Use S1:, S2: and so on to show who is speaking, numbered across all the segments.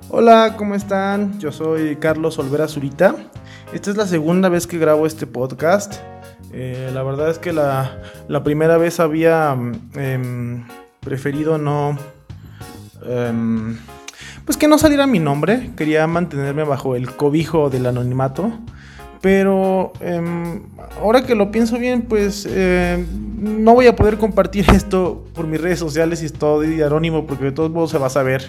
S1: Hola, ¿cómo están? Yo soy Carlos Olvera Zurita. Esta es la segunda vez que grabo este podcast. La verdad es que la primera vez había preferido no... pues que no saliera mi nombre. Quería mantenerme bajo el cobijo del anonimato. Pero ahora que lo pienso bien, pues no voy a poder compartir esto por mis redes sociales y estoy anónimo, porque de todos modos se va a saber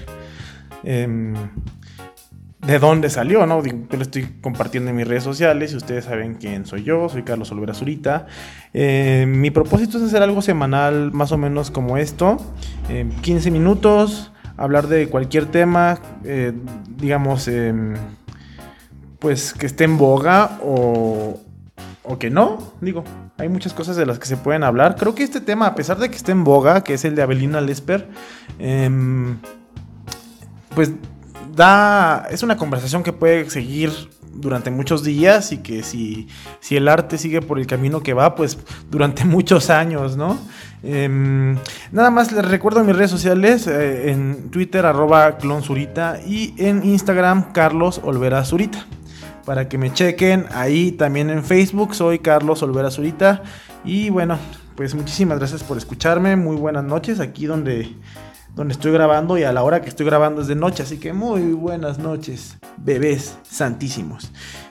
S1: de dónde salió, ¿no? Digo, yo lo estoy compartiendo en mis redes sociales y ustedes saben quién soy yo. Soy Carlos Olvera Zurita. Mi propósito es hacer algo semanal, más o menos como esto, 15 minutos, hablar de cualquier tema, digamos, pues que esté en boga o que no. Digo, hay muchas cosas de las que se pueden hablar. Creo que este tema, a pesar de que esté en boga, que es el de Avelina Lesper, pues es una conversación que puede seguir durante muchos días, y que si el arte sigue por el camino que va, pues durante muchos años, ¿no? Nada más les recuerdo mis redes sociales, en Twitter @clonzurita y en Instagram Carlos Olvera Zurita, para que me chequen. Ahí también en Facebook soy Carlos Olvera Zurita. Y bueno, pues muchísimas gracias por escucharme. Muy buenas noches aquí donde estoy grabando, y a la hora que estoy grabando es de noche, así que muy buenas noches, bebés santísimos.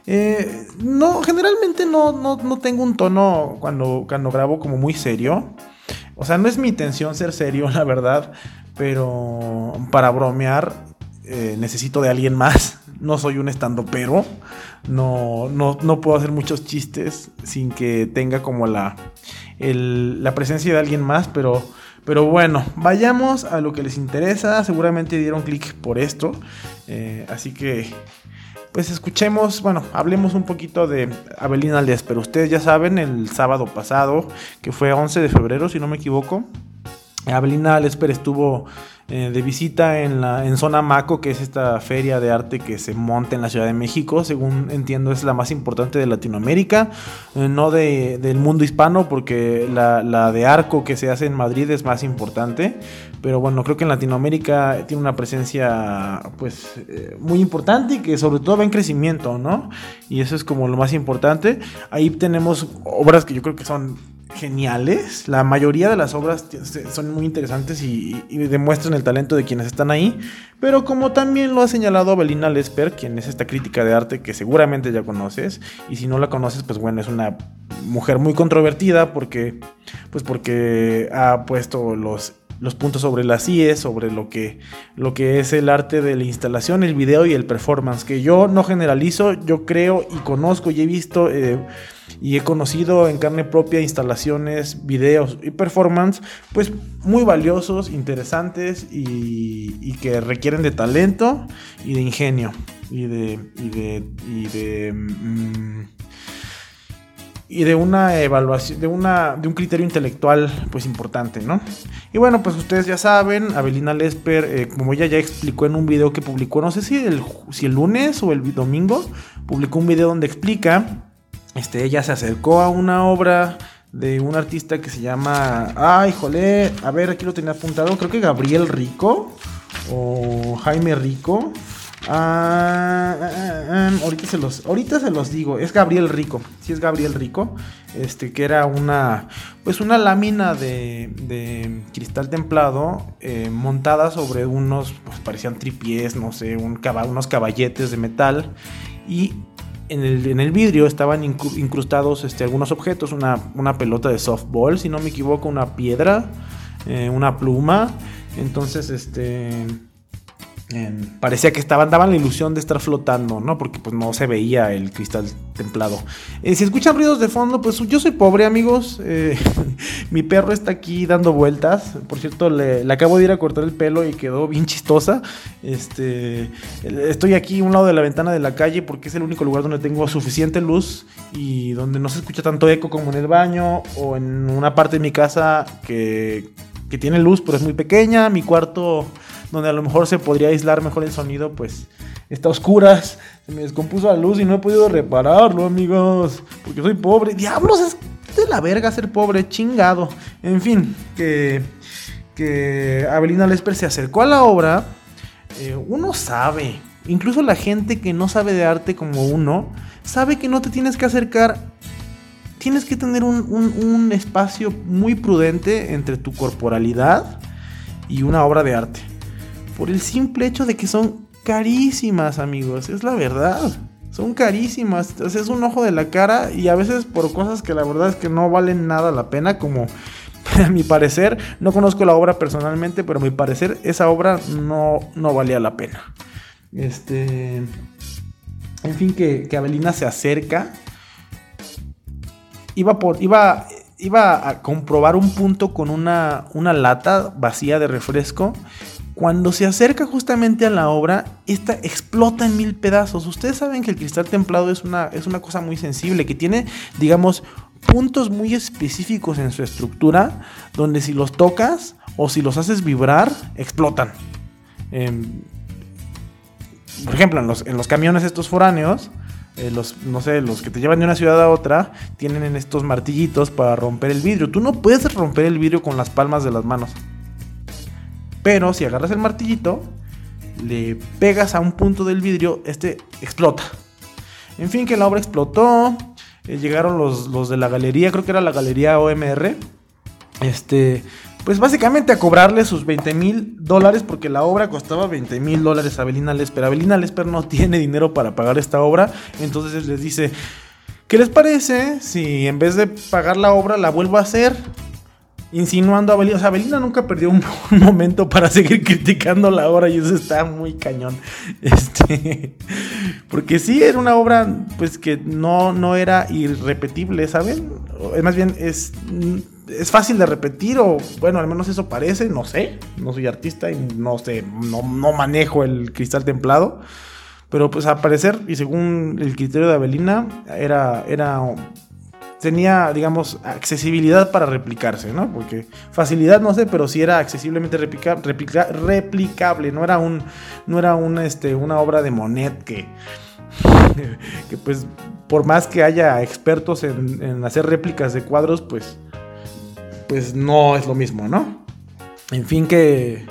S1: No, generalmente no tengo un tono cuando grabo como muy serio. O sea, no es mi intención ser serio, la verdad, pero para bromear necesito de alguien más. No soy un estandopero, no puedo hacer muchos chistes sin que tenga como la presencia de alguien más, pero bueno, vayamos a lo que les interesa. Seguramente dieron clic por esto, así que pues escuchemos, hablemos un poquito de Avelina Lesper. Ustedes ya saben, el sábado pasado, que fue 11 de febrero, si no me equivoco, Avelina Lesper estuvo de visita en Zona Maco, que es esta feria de arte que se monta en la Ciudad de México. Según entiendo, es la más importante de Latinoamérica, no del mundo hispano, porque la de Arco que se hace en Madrid es más importante. Pero bueno, creo que en Latinoamérica tiene una presencia pues muy importante, y que sobre todo va en crecimiento, ¿no? Y eso es como lo más importante. Ahí tenemos obras que yo creo que son geniales. La mayoría de las obras son muy interesantes y demuestran el talento de quienes están ahí. Pero como también lo ha señalado Avelina Lesper, quien es esta crítica de arte que seguramente ya conoces, y si no la conoces, pues bueno, es una mujer muy controvertida porque ha puesto los puntos sobre las IES, sobre lo que es el arte de la instalación, el video y el performance, que yo no generalizo. Yo creo y conozco y he visto y he conocido en carne propia instalaciones, videos y performance pues muy valiosos, interesantes y que requieren de talento y de ingenio y de una evaluación, de un criterio intelectual pues importante, ¿no? Y bueno, pues ustedes ya saben, Avelina Lesper, como ella ya explicó en un video que publicó, no sé si el lunes o el domingo, publicó un video donde explica, ella se acercó a una obra de un artista que se llama, a ver, aquí lo tenía apuntado, creo que Gabriel Rico o Jaime Rico. Ahorita se los digo. Es Gabriel Rico. Sí, es Gabriel Rico. Que era una lámina de cristal templado, montada sobre unos, pues parecían tripiés, no sé, unos caballetes de metal. Y en el vidrio estaban incrustados algunos objetos. Una pelota de softball, si no me equivoco, una piedra, una pluma. Entonces, parecía que daban la ilusión de estar flotando, ¿no? Porque pues no se veía el cristal templado. Si escuchan ruidos de fondo, pues yo soy pobre, amigos. Mi perro está aquí dando vueltas. Por cierto, le acabo de ir a cortar el pelo y quedó bien chistosa. Estoy aquí a un lado de la ventana de la calle porque es el único lugar donde tengo suficiente luz y donde no se escucha tanto eco como en el baño o en una parte de mi casa que tiene luz, pero es muy pequeña. Mi cuarto, donde a lo mejor se podría aislar mejor el sonido, pues está a oscuras. Se me descompuso la luz y no he podido repararlo, amigos, porque soy pobre. Diablos, es de la verga ser pobre, chingado. En fin, que Avelina Lesper se acercó a la obra uno sabe, incluso la gente que no sabe de arte como uno, sabe que no te tienes que acercar. Tienes que tener un espacio muy prudente entre tu corporalidad y una obra de arte. Por el simple hecho de que son carísimas, amigos. Es la verdad. Son carísimas. O sea, es un ojo de la cara y a veces por cosas que la verdad es que no valen nada la pena. Como a mi parecer, no conozco la obra personalmente, pero a mi parecer esa obra no valía la pena. En fin, que Avelina se acerca. Iba a comprobar un punto con una lata vacía de refresco. Cuando se acerca justamente a la obra, esta explota en 1000 pedazos. Ustedes saben que el cristal templado es una cosa muy sensible, que tiene, digamos, puntos muy específicos en su estructura, donde si los tocas o si los haces vibrar, explotan. Por ejemplo, en los camiones estos foráneos, los que te llevan de una ciudad a otra, tienen en estos martillitos para romper el vidrio. Tú no puedes romper el vidrio con las palmas de las manos. Pero si agarras el martillito, le pegas a un punto del vidrio, explota. En fin, que la obra explotó. Llegaron los de la galería, creo que era la galería OMR. Pues básicamente a cobrarle sus $20,000, porque la obra costaba $20,000 a Avelina Lesper. Avelina Lesper no tiene dinero para pagar esta obra, entonces les dice: ¿qué les parece si en vez de pagar la obra la vuelvo a hacer? Insinuando a Avelina. O sea, Avelina nunca perdió un momento para seguir criticando la obra, y eso está muy cañón. Porque sí, era una obra pues que no era irrepetible, ¿saben? Más bien es fácil de repetir, o bueno, al menos eso parece, no sé, no soy artista y no sé, no manejo el cristal templado, pero pues al parecer y según el criterio de Avelina tenía, digamos, accesibilidad para replicarse, ¿no? Porque facilidad no sé, pero sí era accesiblemente replicable, no era una obra de Monet que pues por más que haya expertos en hacer réplicas de cuadros, pues no es lo mismo, ¿no? En fin, que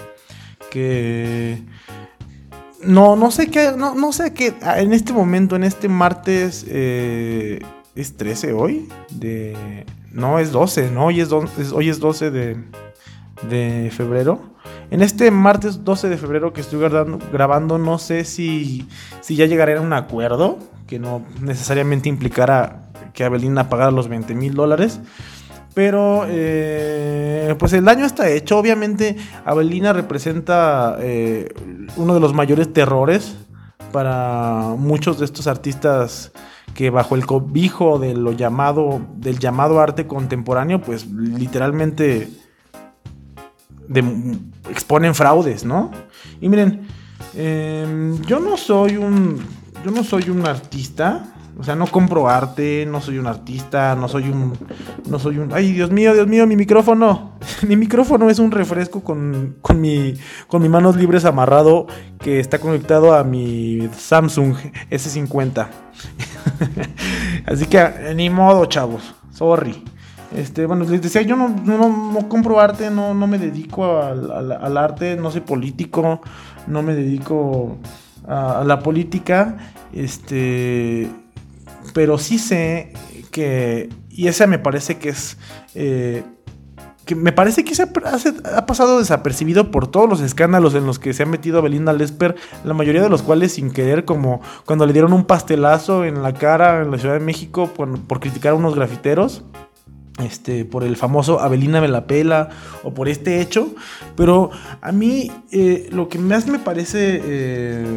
S1: no sé qué en este momento, en este martes, ¿es 13 hoy? No, es 12, ¿no? Hoy es 12 de febrero. En este martes 12 de febrero que estoy grabando, no sé si ya llegaré a un acuerdo que no necesariamente implicara que Avelina pagara los $20,000. Pero pues el daño está hecho. Obviamente Avelina representa uno de los mayores terrores para muchos de estos artistas que bajo el cobijo del llamado arte contemporáneo, pues literalmente exponen fraudes, ¿no? Y miren, yo no soy un artista. O sea, no compro arte, no soy un artista, no soy un... ¡Ay, Dios mío, mi micrófono! Mi micrófono es un refresco con mis manos libres amarrado, que está conectado a mi Samsung S50. Así que ni modo, chavos. Sorry. Bueno, les decía, yo no compro arte, no me dedico al arte, no soy político, no me dedico a la política, pero sí sé que, y esa me parece que es, que me parece que ha pasado desapercibido por todos los escándalos en los que se ha metido Avelina Lesper, la mayoría de los cuales sin querer, como cuando le dieron un pastelazo en la cara en la Ciudad de México por criticar a unos grafiteros. Por el famoso Avelina me la pela, o por este hecho. Pero a mí lo que más me parece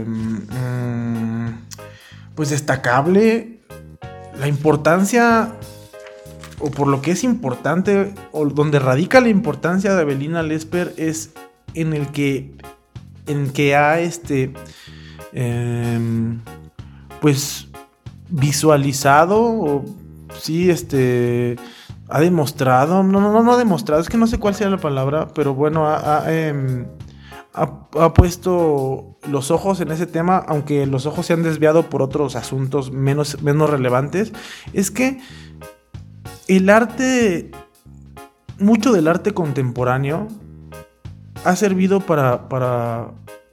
S1: pues destacable, la importancia, o por lo que es importante, o donde radica la importancia de Avelina Lesper, es en el que ha pues visualizado, o sí, ha demostrado, no ha demostrado, es que no sé cuál sea la palabra, pero bueno, ha puesto los ojos en ese tema, aunque los ojos se han desviado por otros asuntos menos relevantes. Es que el arte, mucho del arte contemporáneo, ha servido para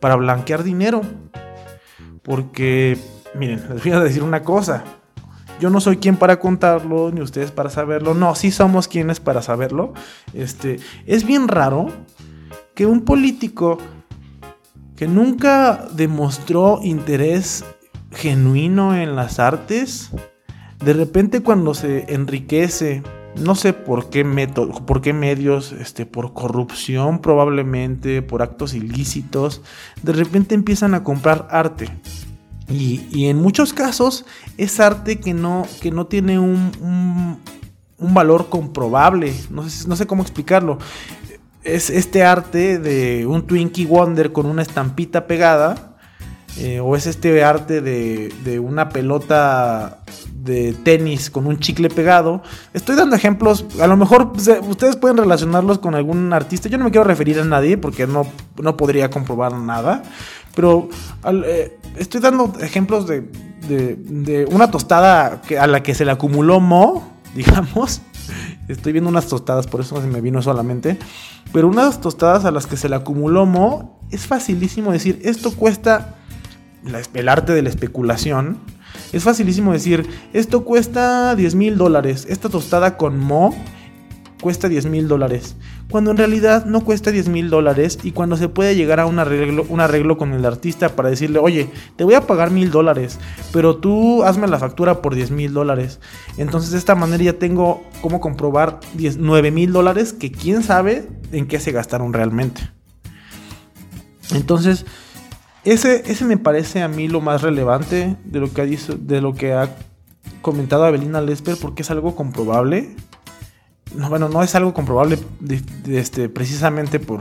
S1: para blanquear dinero. Porque, miren, les voy a decir una cosa. Yo no soy quien para contarlo, ni ustedes para saberlo. No, sí somos quienes para saberlo. Es bien raro que un político que nunca demostró interés genuino en las artes, de repente cuando se enriquece, no sé por qué método, por qué medios, por corrupción probablemente, por actos ilícitos, de repente empiezan a comprar arte. Y en muchos casos es arte que no tiene un valor comprobable. No sé cómo explicarlo. Es este arte de un Twinkie Wonder con una estampita pegada. O es este arte de una pelota de tenis con un chicle pegado. Estoy dando ejemplos. A lo mejor ustedes pueden relacionarlos con algún artista. Yo no me quiero referir a nadie porque no podría comprobar nada. Pero estoy dando ejemplos de una tostada a la que se le acumuló moho, digamos. Estoy viendo unas tostadas, por eso se me vino solamente. Pero unas tostadas a las que se le acumuló moho, es facilísimo decir, esto cuesta, el arte de la especulación. Es facilísimo decir, esto cuesta $10,000. Esta tostada con moho cuesta $10,000. Cuando en realidad no cuesta $10,000 y cuando se puede llegar a un arreglo con el artista para decirle, oye, te voy a pagar $1,000, pero tú hazme la factura por $10,000. Entonces de esta manera ya tengo cómo comprobar $9,000 que quién sabe en qué se gastaron realmente. Entonces ese me parece a mí lo más relevante de lo que ha comentado Avelina Lesper, porque es algo comprobable. No es algo comprobable precisamente por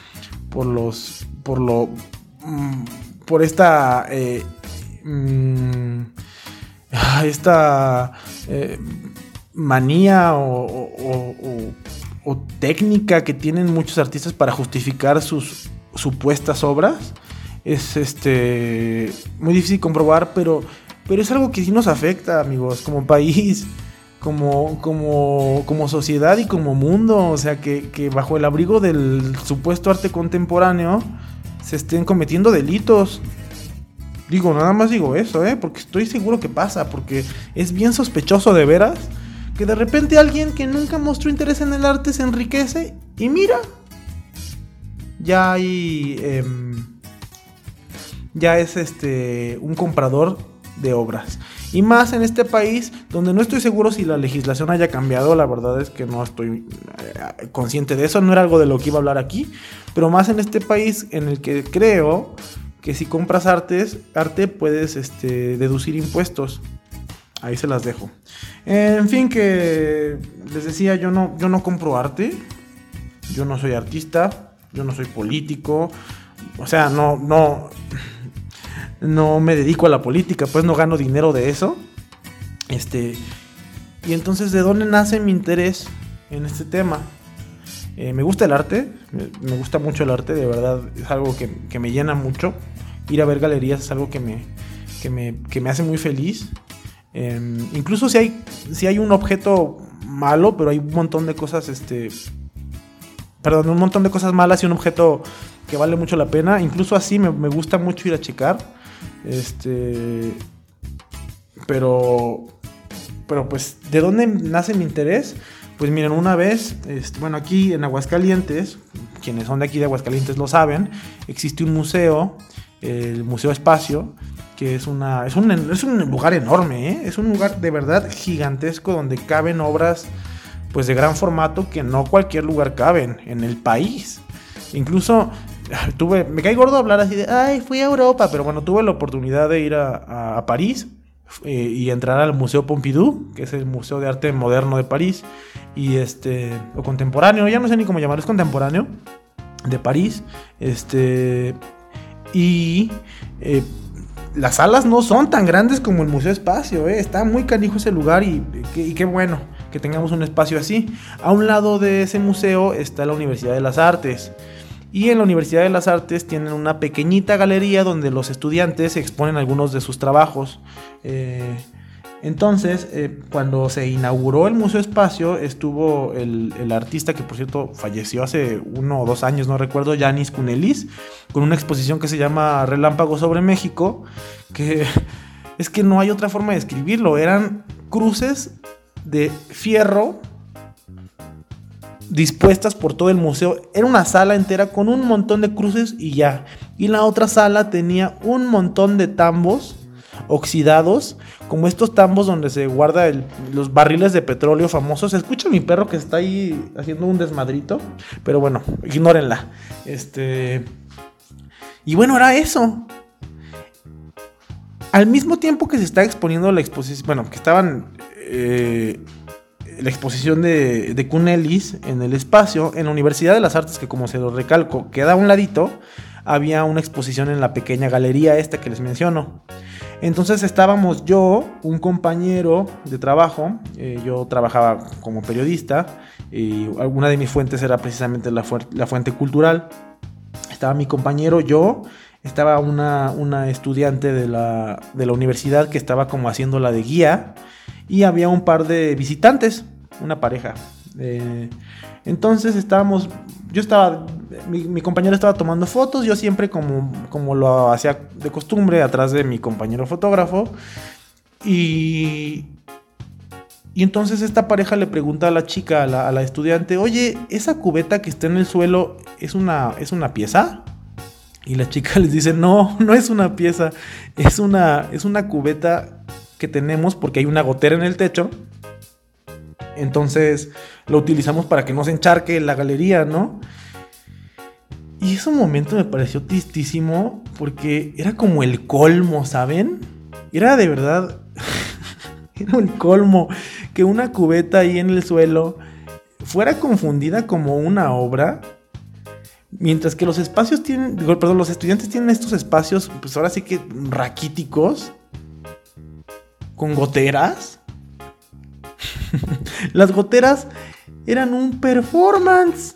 S1: esta manía o técnica que tienen muchos artistas para justificar sus supuestas obras. Es muy difícil comprobar, pero es algo que sí nos afecta, amigos, como país. Como sociedad y como mundo. O sea, que bajo el abrigo del supuesto arte contemporáneo se estén cometiendo delitos. Nada más digo eso, porque estoy seguro que pasa, porque es bien sospechoso de veras que de repente alguien que nunca mostró interés en el arte se enriquece y mira, ya es un comprador de obras. Y más en este país donde no estoy seguro si la legislación haya cambiado. La verdad es que no estoy consciente de eso. No era algo de lo que iba a hablar aquí. Pero más en este país en el que creo que si compras arte puedes deducir impuestos. Ahí se las dejo. En fin, que les decía, yo no compro arte. Yo no soy artista. Yo no soy político. O sea, no me dedico a la política, pues no gano dinero de eso. Y entonces, ¿de dónde nace mi interés en este tema? Me gusta el arte, me gusta mucho el arte, de verdad, es algo que me llena mucho. Ir a ver galerías es algo que me hace muy feliz. Incluso si hay un objeto malo, pero hay un montón de cosas, un montón de cosas malas y un objeto que vale mucho la pena. Incluso así me gusta mucho ir a checar. Pero pues, ¿de dónde nace mi interés? Pues miren, una vez, aquí en Aguascalientes, quienes son de aquí de Aguascalientes lo saben, existe un museo, el Museo Espacio, que es un lugar enorme, es un lugar de verdad gigantesco donde caben obras pues de gran formato que no cualquier lugar caben en el país. Incluso me cae gordo hablar así de, ay, fui a Europa, pero bueno, tuve la oportunidad de ir a París y entrar al Museo Pompidou, que es el Museo de Arte Moderno de París, y o contemporáneo, ya no sé ni cómo llamarlo, es contemporáneo de París, y las salas no son tan grandes como el Museo Espacio, está muy canijo ese lugar y qué bueno que tengamos un espacio así. A un lado de ese museo está la Universidad de las Artes. Y en la Universidad de las Artes tienen una pequeñita galería donde los estudiantes exponen algunos de sus trabajos. Entonces, cuando se inauguró el Museo Espacio, estuvo el artista que, por cierto, falleció hace 1 o 2 años, no recuerdo, Yanis Kunelis, con una exposición que se llama Relámpago sobre México, que es que no hay otra forma de describirlo. Eran cruces de fierro dispuestas por todo el museo. Era una sala entera con un montón de cruces y ya. Y la otra sala tenía un montón de tambos oxidados, como estos tambos donde se guarda los barriles de petróleo famosos. Se escucha mi perro que está ahí haciendo un desmadrito, pero bueno, ignórenla. Y bueno, era eso. Al mismo tiempo que se está exponiendo la exposición, bueno, que estaban la exposición de Kunelis en el espacio, en la Universidad de las Artes, que como se lo recalco, queda a un ladito, había una exposición en la pequeña galería esta que les menciono. Entonces estábamos yo, un compañero de trabajo, yo trabajaba como periodista, y alguna de mis fuentes era precisamente la fuente cultural. Estaba mi compañero, yo, estaba una estudiante de la universidad que estaba como haciéndola de guía, y había un par de visitantes, una pareja. Entonces mi compañero estaba tomando fotos, yo siempre como lo hacía de costumbre, atrás de mi compañero fotógrafo, y entonces esta pareja le pregunta a la chica, a la estudiante, oye, ¿esa cubeta que está en el suelo es una pieza? Y la chica les dice, no es una pieza, es una cubeta que tenemos porque hay una gotera en el techo. Entonces lo utilizamos para que no se encharque la galería, ¿no? Y ese momento me pareció tristísimo porque era como el colmo, ¿saben? Era de verdad, era el colmo que una cubeta ahí en el suelo fuera confundida como una obra. Mientras que los estudiantes tienen estos espacios, pues ahora sí que raquíticos, con goteras. Las goteras eran un performance.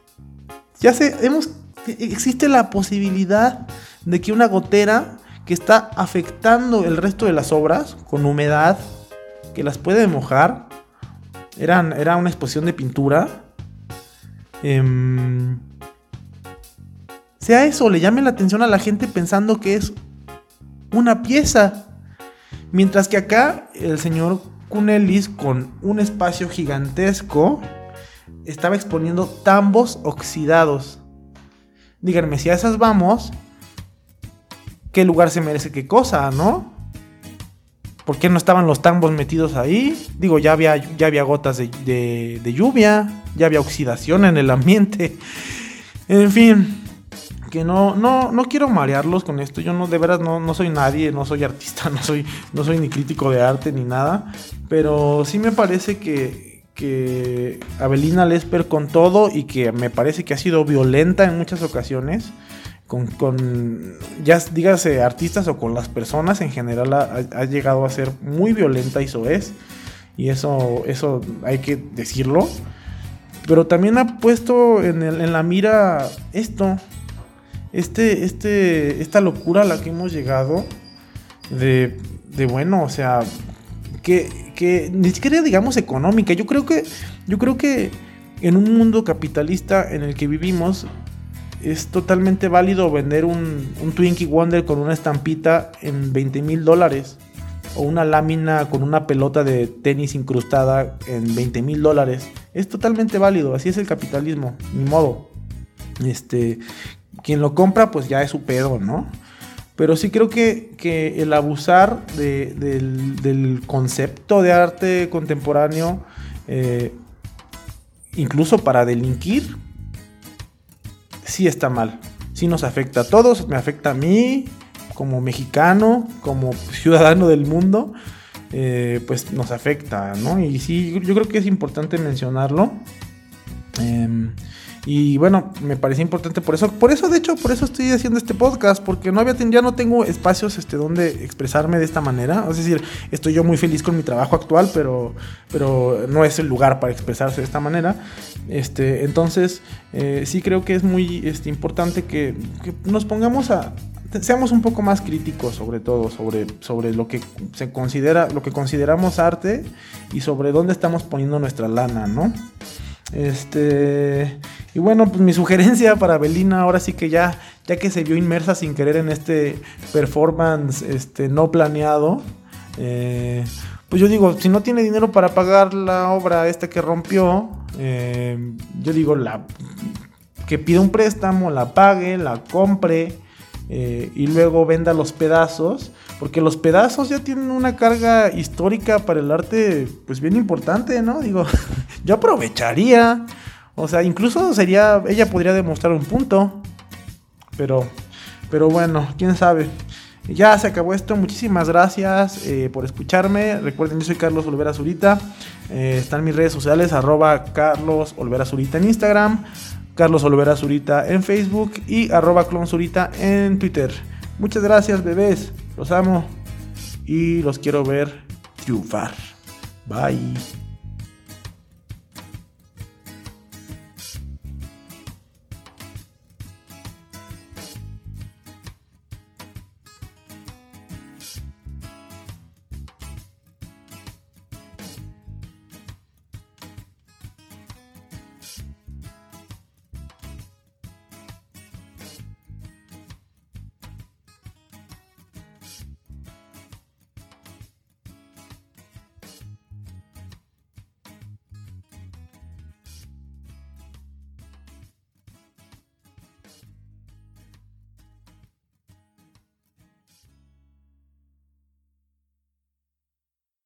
S1: Existe la posibilidad de que una gotera que está afectando el resto de las obras con humedad, que las puede mojar, era una exposición de pintura, sea eso, le llame la atención a la gente pensando que es una pieza. Mientras que acá el señor Kunelis, con un espacio gigantesco, estaba exponiendo tambos oxidados. Díganme, si a esas vamos, ¿qué lugar se merece qué cosa, no? ¿Por qué no estaban los tambos metidos ahí? Digo, ya había gotas de lluvia, ya había oxidación en el ambiente. En fin, que no quiero marearlos con esto. Yo de veras no soy nadie, no soy artista, no soy ni crítico de arte ni nada. Pero sí me parece que Avelina Lesper, con todo, y que me parece que ha sido violenta en muchas ocasiones, con ya dígase artistas o con las personas en general, ha llegado a ser muy violenta, y eso hay que decirlo. Pero también ha puesto en la mira esta locura a la que hemos llegado de bueno, o sea, que ni siquiera digamos económica. Yo creo que en un mundo capitalista en el que vivimos es totalmente válido vender un Twinkie Wonder con una estampita en $20,000, o una lámina con una pelota de tenis incrustada en $20,000. Es totalmente válido, así es el capitalismo, ni modo. Quien lo compra pues ya es su pedo, ¿no? Pero sí creo que el abusar del concepto de arte contemporáneo, incluso para delinquir, sí está mal. Sí nos afecta a todos, me afecta a mí como mexicano, como ciudadano del mundo, pues nos afecta, ¿no? Y sí, yo creo que es importante mencionarlo. Y bueno, me parecía importante por eso estoy haciendo este podcast, porque ya no tengo espacios donde expresarme de esta manera. Es decir, estoy yo muy feliz con mi trabajo actual, pero no es el lugar para expresarse de esta manera. Entonces, sí creo que es muy importante que nos pongamos seamos un poco más críticos, sobre todo, sobre lo que se considera, lo que consideramos arte y sobre dónde estamos poniendo nuestra lana, ¿no? Y bueno, pues mi sugerencia para Belinda, ahora sí que ya que se vio inmersa sin querer en este performance no planeado, pues yo digo, si no tiene dinero para pagar la obra que rompió, yo digo, que pida un préstamo, la pague, la compre, y luego venda los pedazos, porque los pedazos ya tienen una carga histórica para el arte pues bien importante, ¿no? Digo, yo aprovecharía, o sea, incluso ella podría demostrar un punto, pero bueno, quién sabe. Ya se acabó esto, muchísimas gracias por escucharme. Recuerden, yo soy Carlos Olvera Zurita, están mis redes sociales, @Carlos Olvera Zurita en Instagram, Carlos Olvera Zurita en Facebook y @Clonzurita en Twitter. Muchas gracias, bebés, los amo y los quiero ver triunfar. Bye.